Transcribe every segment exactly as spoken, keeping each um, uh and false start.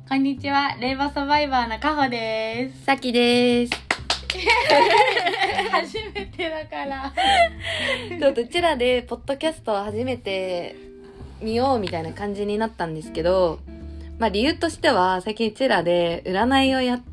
こんにちは、令和サバイバーのかほです。 さきです。 初めてだからちょっとうちらでポッドキャストを初めて見ようみたいな感じになったんですけど、まあ理由としては最近うちらで占いをやって、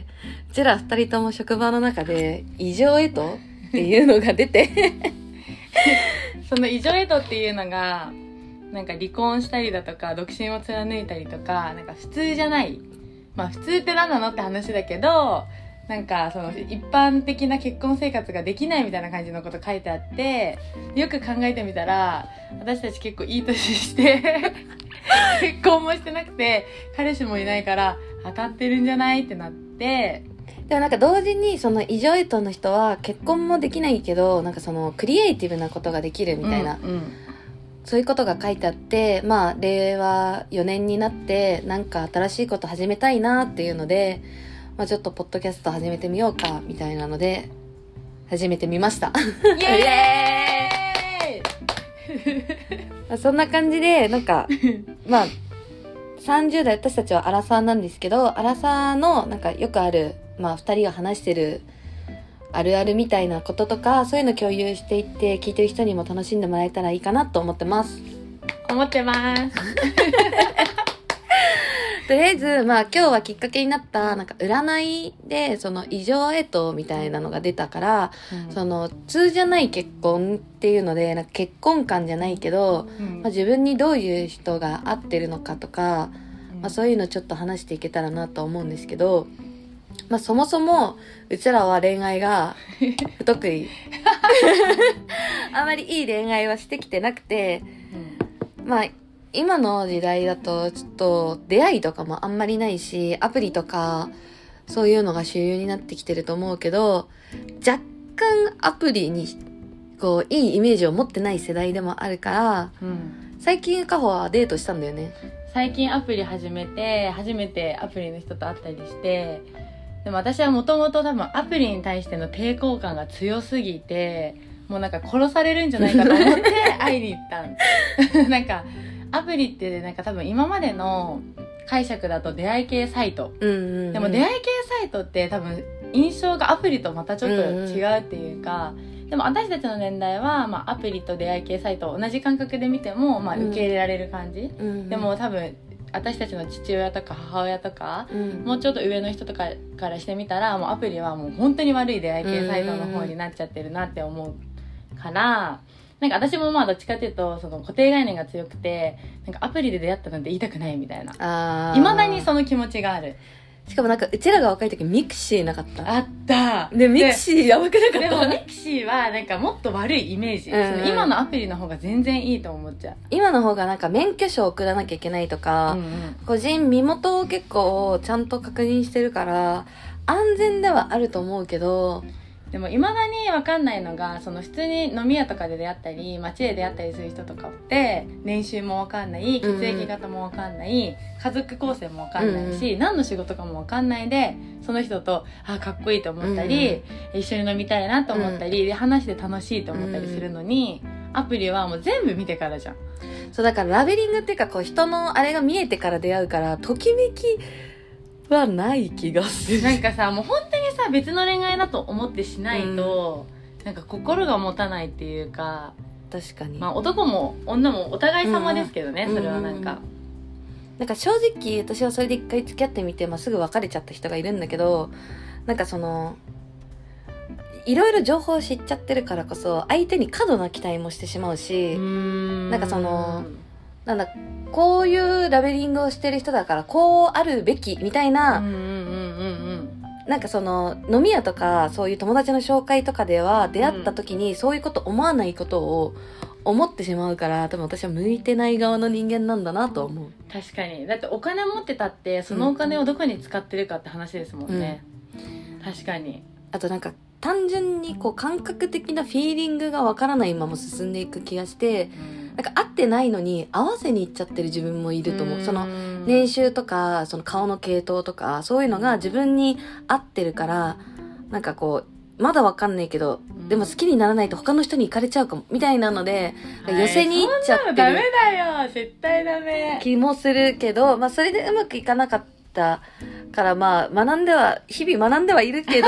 うちら二人とも職場の中で異常へとっていうのが出てその異常へとっていうのがなんか離婚したりだとか独身を貫いたりとか、なんか普通じゃない、まあ普通って何なのって話だけど、なんかその一般的な結婚生活ができないみたいな感じのこと書いてあって、よく考えてみたら私たち結構いい年して結婚もしてなくて彼氏もいないから当たってるんじゃないってなって、 でもなんか同時にその異常へとの人は結婚もできないけどなんかそのクリエイティブなことができるみたいな、 うんうん、 そういうことが書いてあって、まあ令和よねんになってなんか新しいこと始めたいなっていうので、まあ、ちょっとポッドキャスト始めてみようかみたいなので始めてみましたイエーイそんな感じでなんかまあさんじゅう代、私たちはアラサーなんですけど、アラサーのなんかよくある、まあふたりが話してるあるあるみたいなこととか、そういうの共有していって聞いてる人にも楽しんでもらえたらいいかなと思ってます。 思ってますとりあえず、まあ今日はきっかけになった、なんか占いで、その異常へとみたいなのが出たから、うん、その普通じゃない結婚っていうので、なんか結婚観じゃないけど、うん、まあ、自分にどういう人が合ってるのかとか、うん、まあそういうのちょっと話していけたらなと思うんですけど、まあそもそも、うちらは恋愛が不得意。あまりいい恋愛はしてきてなくて、うん、まあ、今の時代だとちょっと出会いとかもあんまりないし、アプリとかそういうのが主流になってきてると思うけど、若干アプリにこういいイメージを持ってない世代でもあるから、うん、最近カホはデートしたんだよね。 最近アプリ始めて初めてアプリの人と会ったりして、でも私はもともと多分アプリに対しての抵抗感が強すぎて、もうなんか殺されるんじゃないかと思って会いに行ったんなんかアプリってなんか多分今までの解釈だと出会い系サイト、うんうんうん、でも出会い系サイトって多分印象がアプリとまたちょっと違うっていうか、うんうん、でも私たちの年代は、まあ、アプリと出会い系サイトを同じ感覚で見ても、まあ、受け入れられる感じ、うんうん、でも多分私たちの父親とか母親とか、うん、もうちょっと上の人とかからしてみたらもうアプリはもう本当に悪い出会い系サイトの方になっちゃってるなって思うから、なんか私もまあどっちかっていうとその固定概念が強くて、なんかアプリで出会ったなんて言いたくないみたいな、いまだにその気持ちがある。 しかもなんかうちらが若い時ミクシーなかった？ あったでミクシーやばくなかった？ でもミクシーはなんかもっと悪いイメージ、うん、その今のアプリの方が全然いいと思っちゃう。 今の方がなんか免許証送らなきゃいけないとか、うんうん、個人身元を結構ちゃんと確認してるから安全ではあると思うけど、 でも未だに分かんないのが、その普通に飲み屋とかで出会ったり街で出会ったりする人とかって年収も分かんない、血液型も分かんない、うん、家族構成も分かんないし、うん、何の仕事かも分かんないでその人とあかっこいいと思ったり、うん、一緒に飲みたいなと思ったり、うん、で話して楽しいと思ったりするのに、うん、アプリはもう全部見てからじゃん。 そうだからラベリングっていうかこう人のあれが見えてから出会うからときめきはない気がする。 なんかさ、もう本当にさ別の恋愛だと思ってしないと、うん、なんか心が持たないっていうか。 確かに、 まあ男も女もお互い様ですけどね、うん、それはなんか、 うん、なんか正直私はそれで一回付き合ってみて、まあ、すぐ別れちゃった人がいるんだけど、なんかそのいろいろ情報を知っちゃってるからこそ相手に過度な期待もしてしまうし、うーん、なんかそのなんだこういうラベリングをしてる人だからこうあるべきみたいな、うんうんうんうん、なんかその飲み屋とかそういう友達の紹介とかでは出会った時にそういうこと思わないことを思ってしまうから、多分私は向いてない側の人間なんだなと思う。 確かに。だってお金持ってたってそのお金をどこに使ってるかって話ですもんね、うん、確かに。 あとなんか単純にこう感覚的なフィーリングがわからないまま進んでいく気がして、うん、なんか合ってないのに合わせにいっちゃってる自分もいると思う。その年収とかその顔の系統とかそういうのが自分に合ってるから、なんかこうまだわかんないけど、うん、でも好きにならないと他の人に行かれちゃうかもみたいなので、はい、寄せに行っちゃってる。 そんなのダメだよ、絶対ダメ気もするけど、まあそれでうまくいかなかったからまあ学んでは日々学んではいるけど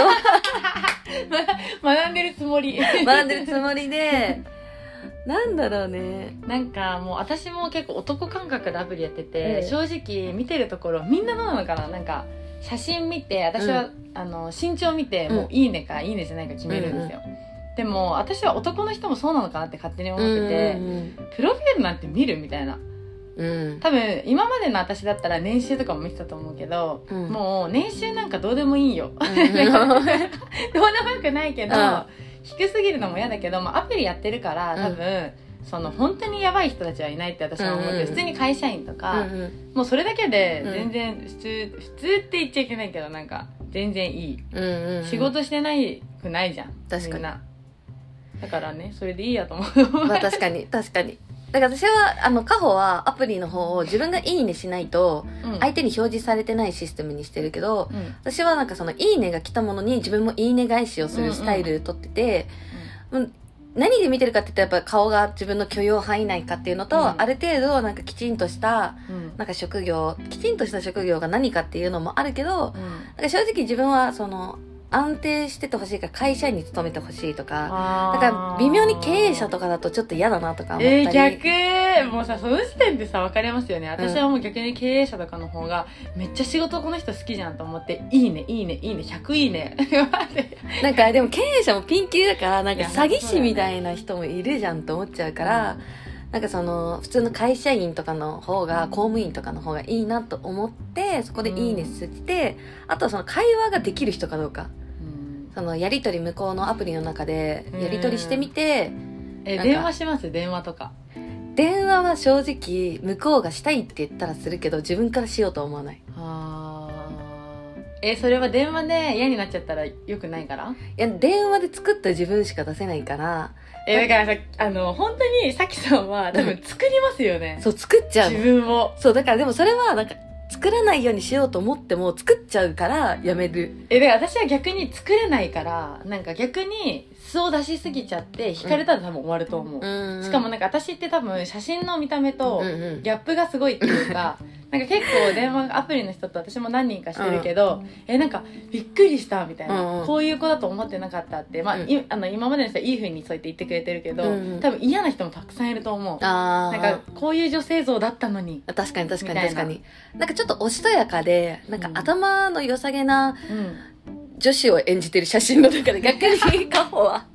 学んでるつもり学んでるつもりでなんだろうね、 なんかもう私も結構男感覚でアプリやってて、 うん、 正直見てるところみんなどうなのかな、なんか写真見て私は、うん、あの身長見て、うん、もういいねかいいねじゃないか決めるんですよ、うんうん、でも私は男の人もそうなのかなって勝手に思ってて、うんうんうん、プロフィールなんて見るみたいな、うん、多分今までの私だったら年収とかも見てたと思うけど、うん、もう年収なんかどうでもいいよ、うん、どうでもよくないけど、うん、低すぎるのも嫌だけど、まあ、アプリやってるから多分、うん、その本当にやばい人たちはいないって私は思って、うんうん、普通に会社員とか、うんうん、もうそれだけで全然普通、うん、普通って言っちゃいけないけどなんか全然いい、うんうんうん、仕事してないくないじゃん確かに、 みんなだからねそれでいいやと思うまあ確かに確かにだから私はあのカホはアプリの方を自分がいいねしないと相手に表示されてないシステムにしてるけど、うん、私はなんかそのいいねが来たものに自分もいいね返しをするスタイル取ってて、うんうん、何で見てるかって言ったらやっぱ顔が自分の許容範囲内かっていうのと、うん、ある程度なんかきちんとした、うん、なんか職業きちんとした職業が何かっていうのもあるけど、うん、なんか正直自分はその安定しててほしいから会社員に勤めてほしいとか、だから微妙に経営者とかだとちょっと嫌だなとか思ったり。 えー、逆もうさその時点でさ分かりますよね。私はもう逆に経営者とかの方がめっちゃ仕事この人好きじゃんと思っていいねいいねいいねひゃくいいねなんかでも経営者もピンキリだからなんか詐欺師みたいな人もいるじゃんと思っちゃうから、なんかその普通の会社員とかの方が公務員とかの方がいいなと思ってそこでいいねしてあとはその会話ができる人かどうか。そのやり取り向こうのアプリの中でやり取りしてみて、 え電話します電話とか。 電話は正直向こうがしたいって言ったらするけど自分からしようとは思わない。 あえそれは電話で嫌になっちゃったらよくないから？いや電話で作った自分しか出せないからえだからさあの本当にさきさんは多分作りますよね、 うん、そう作っちゃう自分を。 そうだからでもそれはなんか作らないようにしようと思っても作っちゃうからやめる。 えで私は逆に作れないからなんか逆に素を出しすぎちゃって引かれたら多分終わると思う、うん、しかもなんか私って多分写真の見た目とギャップがすごいっていうか、うんうん、なんか結構電話アプリの人と私も何人かしてるけど、うん、えなんかびっくりしたみたいな、うん、こういう子だと思ってなかったって、まあうん、あの今までの人はいい風にそうやって言ってくれてるけど、うん、多分嫌な人もたくさんいると思う。あなんかこういう女性像だったのに確かに確かに確かになんかちょっとおしとやかでなんか頭の良さげな女子を演じてる写真の中で逆にカホは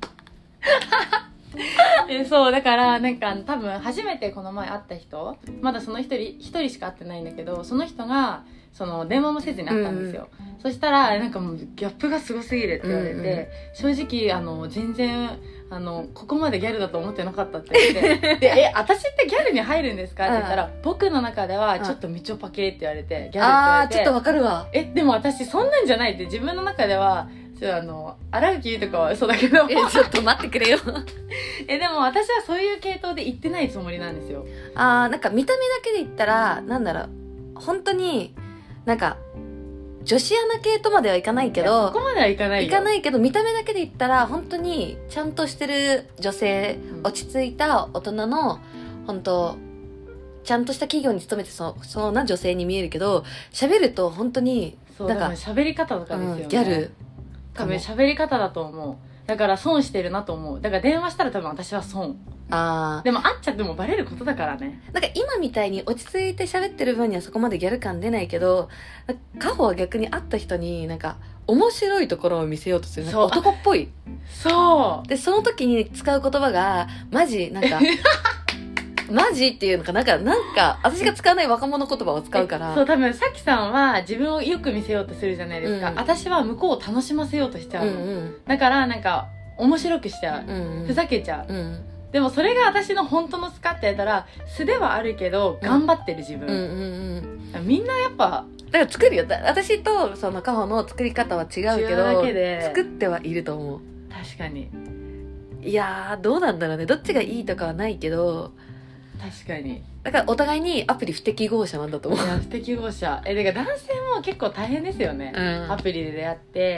えそうだからなんか多分初めてこの前会った人まだその一人一人しか会ってないんだけどその人がその電話もせずに会ったんですよ、うんうん、そしたらなんかもうギャップがすごすぎるって言われて、うんうん、正直あの全然あのここまでギャルだと思ってなかったって言ってでえ私ってギャルに入るんですかって言ったら、うん、僕の中ではちょっとみちょぱ系って言われて、うん、ギャルって言われてあーちょっとわかるわえでも私そんなんじゃないって自分の中ではちょあの荒木とかは嘘だけどえちょっと待ってくれよえでも私はそういう系統で言ってないつもりなんですよ。 あーなんか見た目だけで言ったらなんだろう本当になんか女子アナ系とまではいかないけどそこまではいかないよいかないけど見た目だけで言ったら本当にちゃんとしてる女性、うん、落ち着いた大人の本当ちゃんとした企業に勤めてそうそうな女性に見えるけど喋ると本当にそうなんか喋り方とかですよね、 うん、ギャル多分喋り方だと思う。だから損してるなと思う。だから電話したら多分私は損。あでも会っちゃってもバレることだからね。 なんか今みたいに落ち着いて喋ってる分にはそこまでギャル感出ないけどカホは逆に会った人になんか面白いところを見せようとするなんか男っぽいそうでその時に使う言葉がマジなんかマジっていうのかなんかなんか私が使わない若者言葉を使うからそう多分さきさんは自分をよく見せようとするじゃないですか、うん、私は向こうを楽しませようとしちゃうの、うんうん、だからなんか面白くしちゃう、うんうん、ふざけちゃう、うん、でもそれが私の本当の素かってやったら素ではあるけど頑張ってる自分、うんうんうんうん、みんなやっぱだから作るよ私とそのカホの作り方は違うけどだけで作ってはいると思う。 確かにいやーどうなんだろうねどっちがいいとかはないけど確かにだからお互いにアプリ不適合者なんだと思う。 いや不適合者えだから男性も結構大変ですよね、うん、アプリで出会って、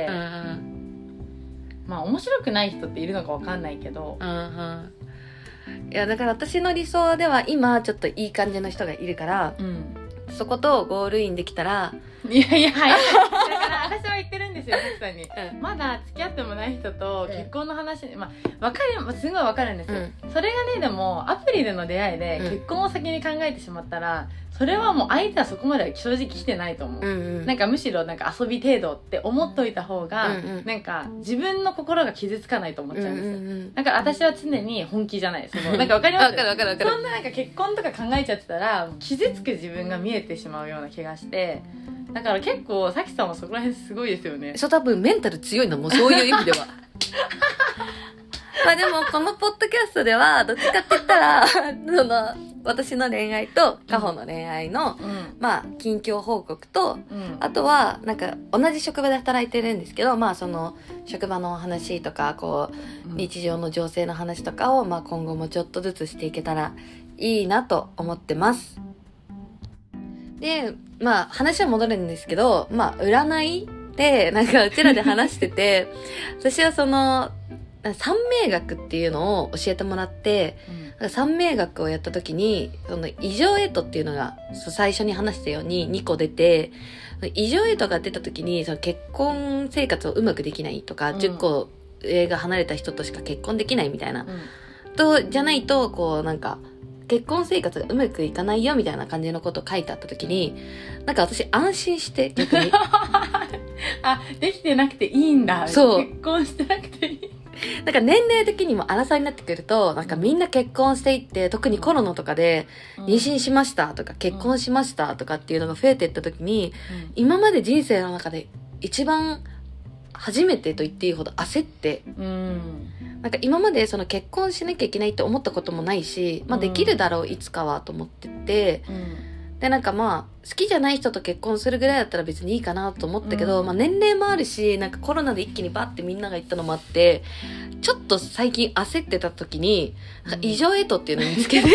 うん、まあ面白くない人っているのか分かんないけど、うんうん、 いやだから私の理想では今ちょっといい感じの人がいるから、うん、 そことゴールインできたら、 いやいや早いだから私は言ってるんですよ、さきさんに、 うん、 まだ付き合ってもない人と結婚の話、うん、まあ分かる、すごい分かるんですよ、うん、それがね、でもアプリでの出会いで結婚を先に考えてしまったら、それはもう相手はそこまでは正直来てないと思う、うんうん、なんかむしろなんか遊び程度って思っといた方が、うんうん、なんか自分の心が傷つかないと思っちゃうんですよ、うんうんうん、だから私は常に本気じゃない、そのなんか分かります分かる分かる分かる、 そんななんか結婚とか考えちゃってたら傷つく自分が見えてしまうような気がして、だから結構さきさんはそこら辺すごいですよね。 そう、多分メンタル強いのもそういう意味ではまあでもこのポッドキャストではどっちかって言ったらその私の恋愛とカホの恋愛の、うん、まあ近況報告と、うん、あとはなんか同じ職場で働いてるんですけど、まあその職場の話とかこう、うん、日常の情勢の話とかを、まあ、今後もちょっとずつしていけたらいいなと思ってます。で、まあ話は戻るんですけど、まあ占いでなんかうちらで話してて私はその三名学っていうのを教えてもらって、うん、三名学をやった時にその異常エイトっていうのが最初に話したようににこ出て、異常エイトが出た時にその結婚生活をうまくできないとか、うん、じゅっこ上が離れた人としか結婚できないみたいな、うん、とじゃないとこうなんか結婚生活がうまくいかないよみたいな感じのことを書いてあった時に、なんか私安心して逆にあ、できてなくていいんだ、 そう結婚してなくていいなんか年齢的にも荒さになってくると、なんかみんな結婚していって、特にコロナとかで妊娠しましたとか結婚しましたとかっていうのが増えていった時に、うん、今まで人生の中で一番初めてと言っていいほど焦って、うん、なんか今までその結婚しなきゃいけないって思ったこともないし、まあできるだろういつかはと思ってて、うん、でなんかまあ好きじゃない人と結婚するぐらいだったら別にいいかなと思ったけど、うん、まあ年齢もあるし、なんかコロナで一気にバッてみんなが言ったのもあって、ちょっと最近焦ってた時に、なんか異常エイトっていうのを見つけて、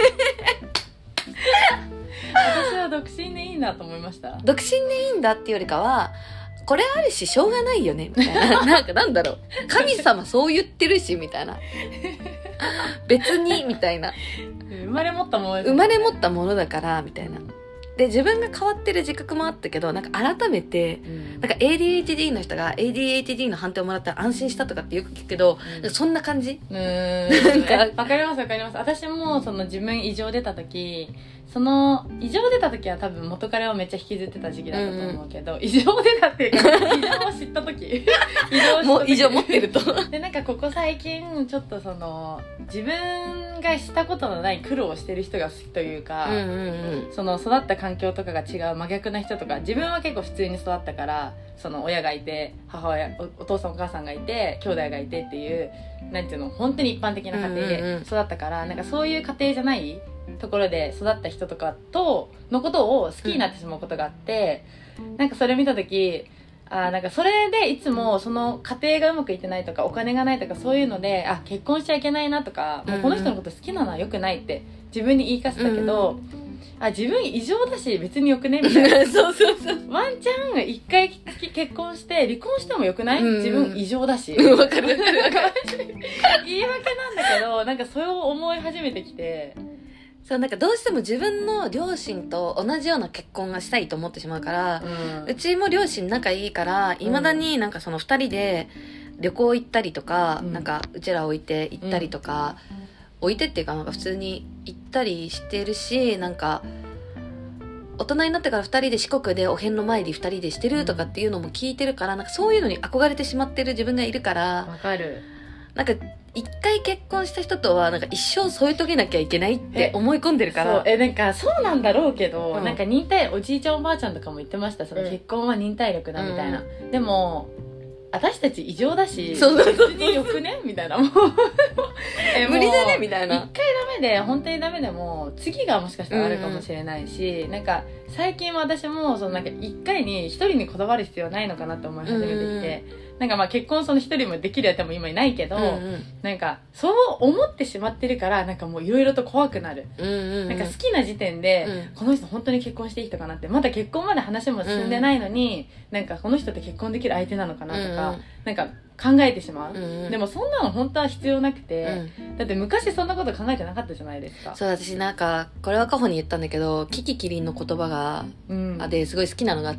私は独身でいいなと思いました。 独身でいいんだっていうよりかは、これあるししょうがないよねみたいななんかなんだろう、神様そう言ってるしみたいな別にみたいな、 生まれ持ったものです、 ね、生まれ持ったものだからみたいな。で自分が変わってる自覚もあったけど、なんか改めて、うん、なんか エーディーエイチディー の人が エーディーエイチディー の判定をもらったら安心したとかってよく聞くけど、うん、そんな感じ。うーんなんかわかりますわかります。私もその自分異常出た時、その異常出た時は多分元彼をめっちゃ引きずってた時期だったと思うけど、うんうん、異常出たっていうか異常を知った時異常を知った時もう異常持ってるとでなんかここ最近ちょっとその自分がしたことのない苦労をしてる人が好きというか、うんうんうん、その育った環境とかが違う真逆な人とか、自分は結構普通に育ったから、その親がいて母親 お, お父さんお母さんがいて兄弟がいてっていうなんていうの本当に一般的な家庭で育ったから、うんうんうん、なんかそういう家庭じゃないところで育った人とかとのことを好きになってしまうことがあって、うん、なんかそれ見た時、あなんかそれでいつもその家庭がうまくいってないとかお金がないとかそういうので、あ結婚しちゃいけないなとか、もうこの人のこと好きなのは良くないって自分に言い聞かせたけど、うん、あ自分異常だし別に良くねみたいなそうそうそう、 ワンチャン一回結婚して離婚しても良くない、うん、自分異常だしわかるわかるわかる言い訳なんだけど、なんかそれを思い始めてきて、 そうなんかどうしても自分の両親と同じような結婚がしたいと思ってしまうから、うん、うちも両親仲いいからいまだになんかそのふたりで旅行行ったりとか、うん、なんかうちら置いて行ったりとか、うん、置いてっていうかなんか普通に行ったりしてるし、なんか大人になってからふたりで四国でお遍路参りふたりでしてるとかっていうのも聞いてるから、なんかそういうのに憧れてしまってる自分がいるから、 わかる。 なんか一回結婚した人とはなんか一生添え遂げなきゃいけないって思い込んでるから。 そうえなんかそうなんだろうけど、うん、なんか忍耐おじいちゃんおばあちゃんとかも言ってました。その結婚は忍耐力だみたいな、うん、でも私たち異常だし、 そうそうそう、 別によくねみたいな、もうえ無理だねみたいな。 一回ダメで本当にダメでも次がもしかしたらあるかもしれないし、うんうん、なんか最近私もそのなんか一回に一人にこだわる必要はないのかなって思い始めてきて、うんうん、なんかまあ結婚その一人もできるやつも今いないけど、うんうん、なんかそう思ってしまってるからなんかもういろいろと怖くなる、うんうんうん、なんか好きな時点で、うん、この人本当に結婚していい人かなって、まだ結婚まで話も進んでないのに、うん、なんかこの人って結婚できる相手なのかなとか、うんうん、なんか考えてしまう、うんうん、でもそんなの本当は必要なくて、うん、だって昔そんなこと考えてなかったじゃないですか。 そう、私なんかこれはカホに言ったんだけど、キキキリンの言葉が、うん、ですごい好きなのがあって、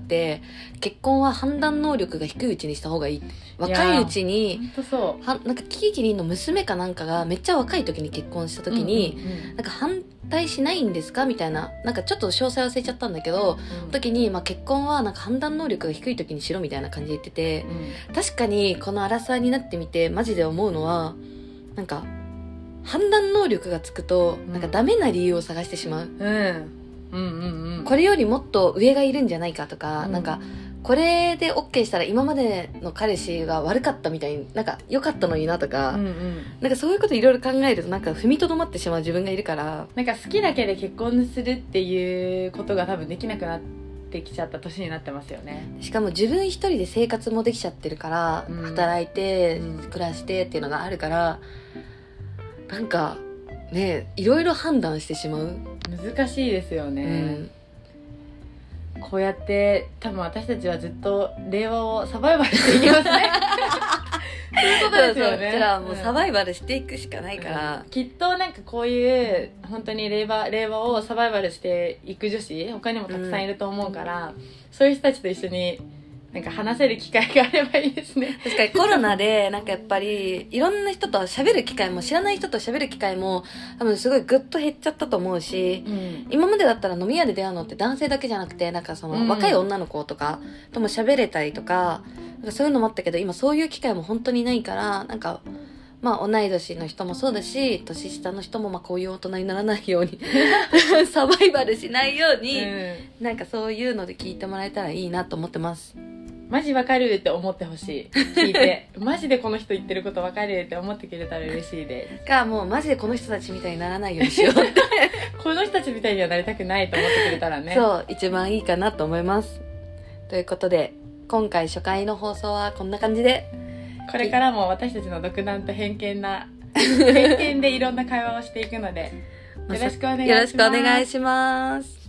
結婚は判断能力が低いうちにした方がいい。若いうちに本当そうは、なんかキキキリンの娘かなんかがめっちゃ若い時に結婚した時に、うんうんうん、なんか反対しないんですかみたいな、なんかちょっと詳細忘れちゃったんだけど、うん、時に、まあ、結婚はなんか判断能力が低い時にしろみたいな感じで言ってて、うん、確かにこのアラサーになってみてマジで思うのは、なんか判断能力がつくと、うん、なんかダメな理由を探してしまう、うんうんうんうん、これよりもっと上がいるんじゃないかとか、うん、なんかこれで OK したら今までの彼氏が悪かったみたいに、なんか良かったのになとか、うんうん、なんかそういうこといろいろ考えると、なんか踏みとどまってしまう自分がいるから、 なんか好きだけで結婚するっていうことが多分できなくなってきちゃった年になってますよね。 しかも自分一人で生活もできちゃってるから、うん、働いて、うん、暮らしてっていうのがあるから、なんかね、いろいろ判断してしまう。 難しいですよね、うん、こうやって多分私たちはずっと令和をサバイバルしていきますねそういうことですよね。 そうそう、じゃあもうサバイバルしていくしかないから、 うん、きっとなんかこういう本当に令和、令和をサバイバルしていく女子他にもたくさんいると思うから、うん、そういう人たちと一緒になんか話せる機会があればいいですね。 確かにコロナでなんかやっぱりいろんな人と喋る機会も、知らない人と喋る機会も多分すごいぐっと減っちゃったと思うし、うん、今までだったら飲み屋で出会うのって男性だけじゃなくて、なんかその若い女の子とかとも喋れたりとか、なんかそういうのもあったけど、今そういう機会も本当にないから、なんかまあ同い年の人もそうだし、年下の人もまあこういう大人にならないようにサバイバルしないように、うん、なんかそういうので聞いてもらえたらいいなと思ってます。 マジわかるって思ってほしい。聞いてマジでこの人言ってることわかるって思ってくれたら嬉しいです。 か、もうマジでこの人たちみたいにならないようにしようってこの人たちみたいにはなりたくないと思ってくれたらね、 そう一番いいかなと思います。ということで今回初回の放送はこんな感じで、 これからも私たちの独断と偏見な偏見でいろんな会話をしていくのでよろしくお願いします。 よろしくお願いします。